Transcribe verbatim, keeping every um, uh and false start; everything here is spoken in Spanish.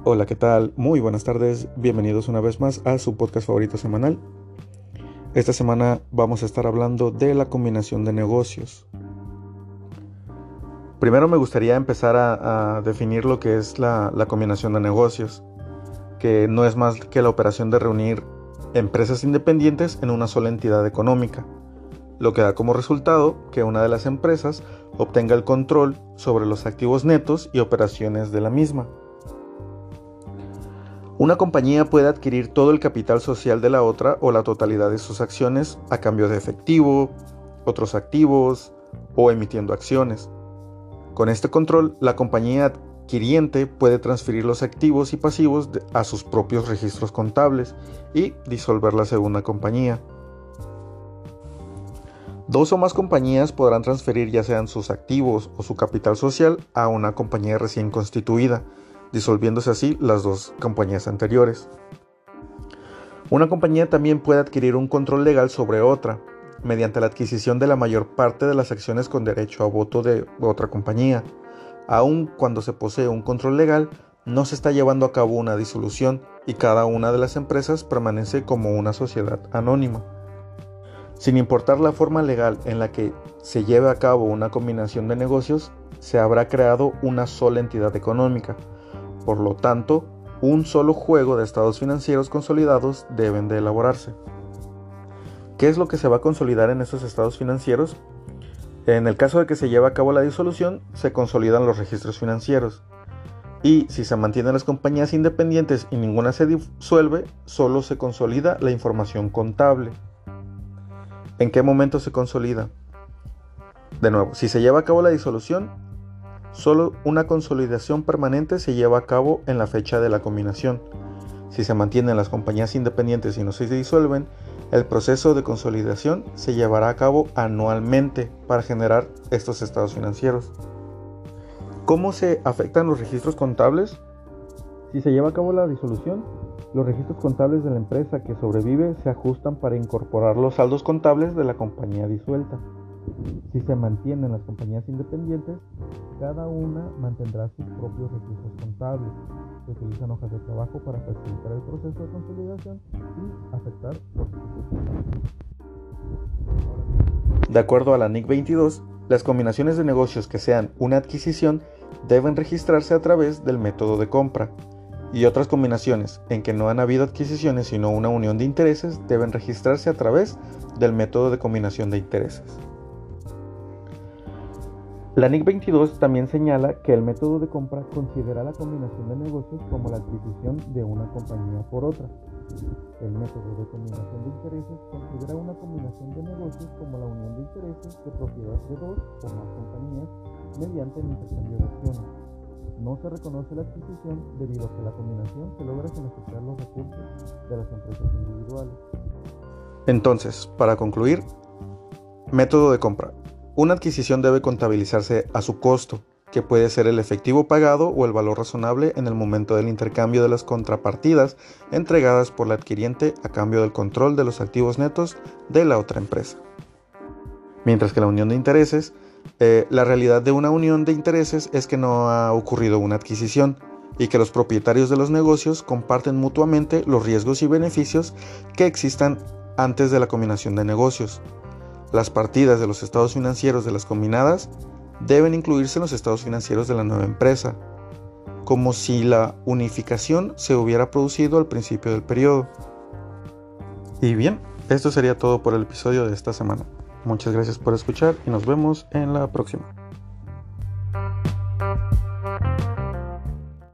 Hola, ¿qué tal? Muy buenas tardes, bienvenidos una vez más a su podcast favorito semanal. Esta semana vamos a estar hablando de la combinación de negocios. Primero me gustaría empezar a, a definir lo que es la, la combinación de negocios, que no es más que la operación de reunir empresas independientes en una sola entidad económica, lo que da como resultado que una de las empresas obtenga el control sobre los activos netos y operaciones de la misma. Una compañía puede adquirir todo el capital social de la otra o la totalidad de sus acciones a cambio de efectivo, otros activos o emitiendo acciones. Con este control, la compañía adquiriente puede transferir los activos y pasivos a sus propios registros contables y disolver la segunda compañía. Dos o más compañías podrán transferir ya sean sus activos o su capital social a una compañía recién constituida, disolviéndose así las dos compañías anteriores. Una compañía también puede adquirir un control legal sobre otra, mediante la adquisición de la mayor parte de las acciones con derecho a voto de otra compañía. Aun cuando se posee un control legal, no se está llevando a cabo una disolución y cada una de las empresas permanece como una sociedad anónima. Sin importar la forma legal en la que se lleve a cabo una combinación de negocios, se habrá creado una sola entidad económica. Por lo tanto, un solo juego de estados financieros consolidados deben de elaborarse. ¿Qué es lo que se va a consolidar en estos estados financieros? En el caso de que se lleve a cabo la disolución, se consolidan los registros financieros. Y si se mantienen las compañías independientes y ninguna se disuelve, solo se consolida la información contable. ¿En qué momento se consolida? De nuevo, si se lleva a cabo la disolución, solo una consolidación permanente se lleva a cabo en la fecha de la combinación. Si se mantienen las compañías independientes y no se disuelven, el proceso de consolidación se llevará a cabo anualmente para generar estos estados financieros. ¿Cómo se afectan los registros contables? Si se lleva a cabo la disolución, los registros contables de la empresa que sobrevive se ajustan para incorporar los saldos contables de la compañía disuelta. Si se mantienen las compañías independientes, cada una mantendrá sus propios registros contables. Se utilizan hojas de trabajo para facilitar el proceso de consolidación y afectar los registros contables. De acuerdo a la N I C veintidós, las combinaciones de negocios que sean una adquisición deben registrarse a través del método de compra, y otras combinaciones en que no han habido adquisiciones sino una unión de intereses deben registrarse a través del método de combinación de intereses. La N I C veintidós también señala que el método de compra considera la combinación de negocios como la adquisición de una compañía por otra. El método de combinación de intereses considera una combinación de negocios como la unión de intereses de propiedad de dos o más compañías mediante el intercambio de acciones. No se reconoce la adquisición debido a que la combinación se logra sin afectar los recursos de las empresas individuales. Entonces, para concluir, método de compra. Una adquisición debe contabilizarse a su costo, que puede ser el efectivo pagado o el valor razonable en el momento del intercambio de las contrapartidas entregadas por la adquiriente a cambio del control de los activos netos de la otra empresa. Mientras que la unión de intereses, eh, la realidad de una unión de intereses es que no ha ocurrido una adquisición y que los propietarios de los negocios comparten mutuamente los riesgos y beneficios que existan antes de la combinación de negocios. Las partidas de los estados financieros de las combinadas deben incluirse en los estados financieros de la nueva empresa, como si la unificación se hubiera producido al principio del periodo. Y bien, esto sería todo por el episodio de esta semana. Muchas gracias por escuchar y nos vemos en la próxima.